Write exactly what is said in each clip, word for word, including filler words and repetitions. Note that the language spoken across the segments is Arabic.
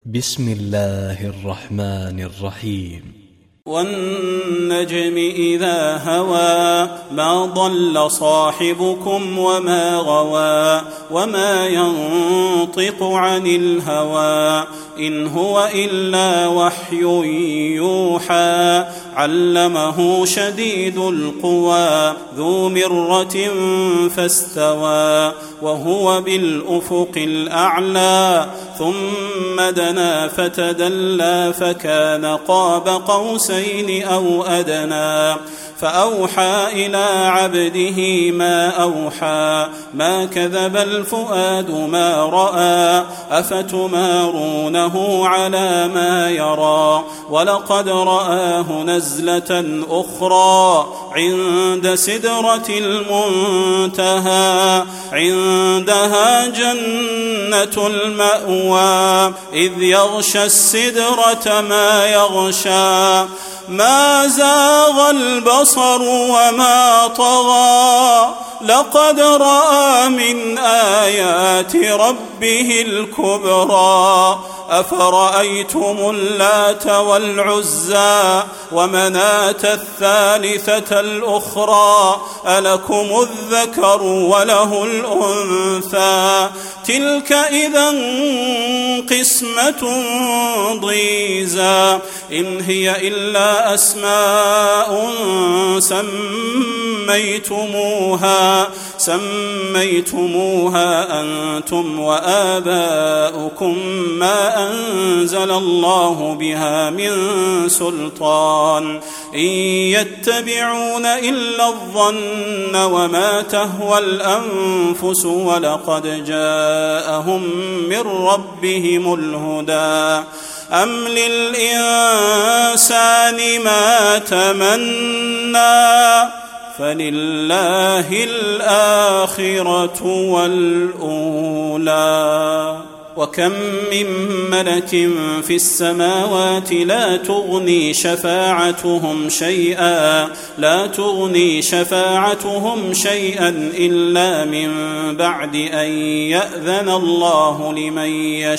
بسم الله الرحمن الرحيم. والنجم إذا هوى ما ضل صاحبكم وما غوى وما ينطق عن الهوى إن هو إلا وحي يوحى علمه شديد القوى ذو مرة فاستوى وهو بالأفق الأعلى ثم دنا فتدلى فكان قاب قوسين أو أدنى فأوحى إلى عبده ما أوحى ما كذب الفؤاد ما رأى أفتمارونه على ما يرى ولقد رآه نزلة أخرى عند سدرة المنتهى عندها جنة المأوى إذ يغشى السدرة ما يغشى ما زاغ البصر وما طغى لقد رأى من آيات ربه الكبرى أفرأيتم اللات والعزى ومناة الثالثة الأخرى ألكم الذكر وله الأنثى تلك إذا قسمة ضيزى إن هي إلا أسماء سميتموها سميتموها أنتم وآباؤكم ما أنزل الله بها من سلطان إن يتبعون إلا الظن وما تهوى الأنفس ولقد جاءهم من ربهم الهدى أم للإنسان ما تمنى فلله الآخرة والأولى وكم من ملك في السماوات لا تغني شفاعتهم شيئا لا تغني شفاعتهم شيئا إلا من بعد أن يأذن الله لمن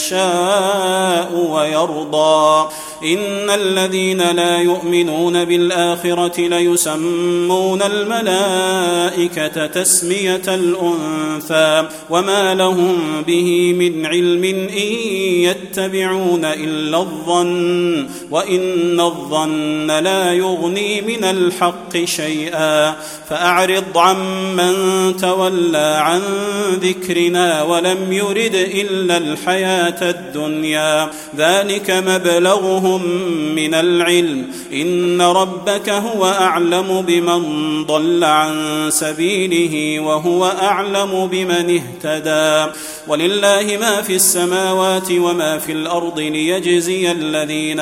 يشاء ويرضى إن الذين لا يؤمنون بالآخرة ليسمون الملائكة تسمية الأنثى وما لهم به من علم إن يتبعون إلا الظن وإن الظن لا يغني من الحق شيئا فأعرض عمن تولى عن ذكرنا ولم يرد إلا الحياة الدنيا ذلك مبلغهم من العلم إن ربك هو أعلم بمن ضل عن سبيله وهو أعلم بمن اهتدى ولله ما في السماوات وما في الأرض ليجزي الذين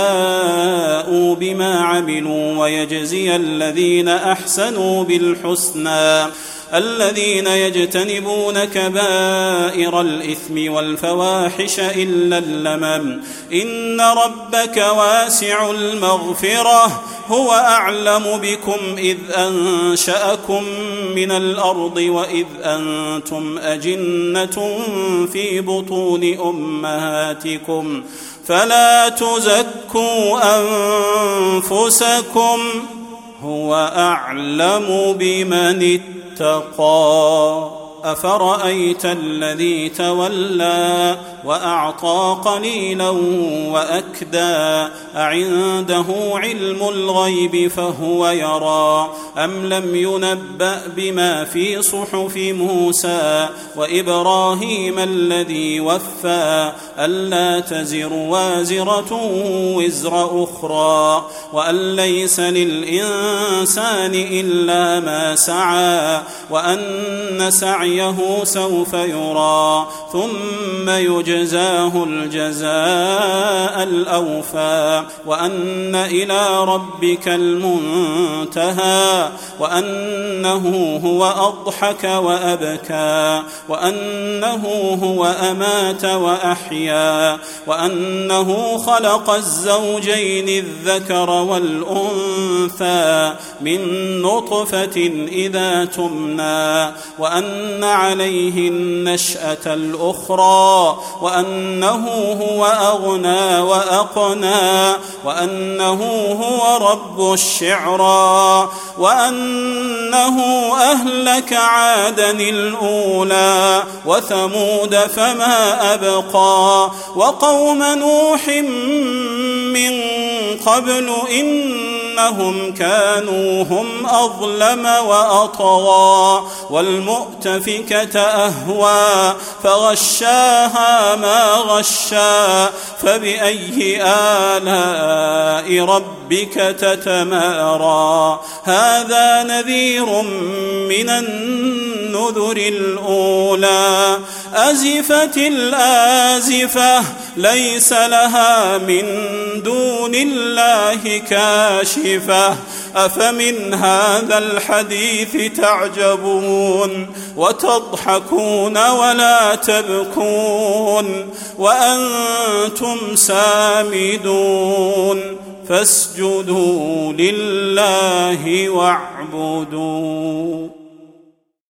أساءوا بما عملوا ويجزي الذين أحسنوا بالحسنى الذين يجتنبون كبائر الإثم والفواحش إلا اللمم إن ربك واسع المغفرة هو أعلم بكم إذ أنشأكم من الأرض وإذ أنتم أجنة في بطون أمهاتكم فلا تزكوا أنفسكم هو أعلم بمن اتقى أفرأيت الذي تولى وأعطى قليلا وأكدى أعنده علم الغيب فهو يرى أم لم ينبأ بما في صحف موسى وإبراهيم الذي وفى ألا تزر وازرة وزر أخرى وأن ليس للإنسان إلا ما سعى وأن سعيه سوف يرى ثم يجزاه الجزاء الأوفى وأن إلى ربك المنتهى وأنه هو أضحك وأبكى وأنه هو أمات وأحيا وأنه خلق الزوجين الذكر والأنثى من نطفة إذا تمنى وأن عليه النشأة الأخرى وأنه هو أغنى وأقنى وأنه هو رب الشعرى وأنه أهلك عادا الأولى وثمود فما أبقى وقوم نوح من قبل إنهم كانوا هم أظلم وأطغى والمؤتفكة أهوى فغشاها ما غشى فبأي آلاء ربك تتمارى هذا نذير من النذر الأولى أزفت الآزفة ليس لها من دون الله كاشفة أفمن هذا الحديث تعجبون وتضحكون ولا تبكون وأنتم سامدون فاسجدوا لله واعبدوا.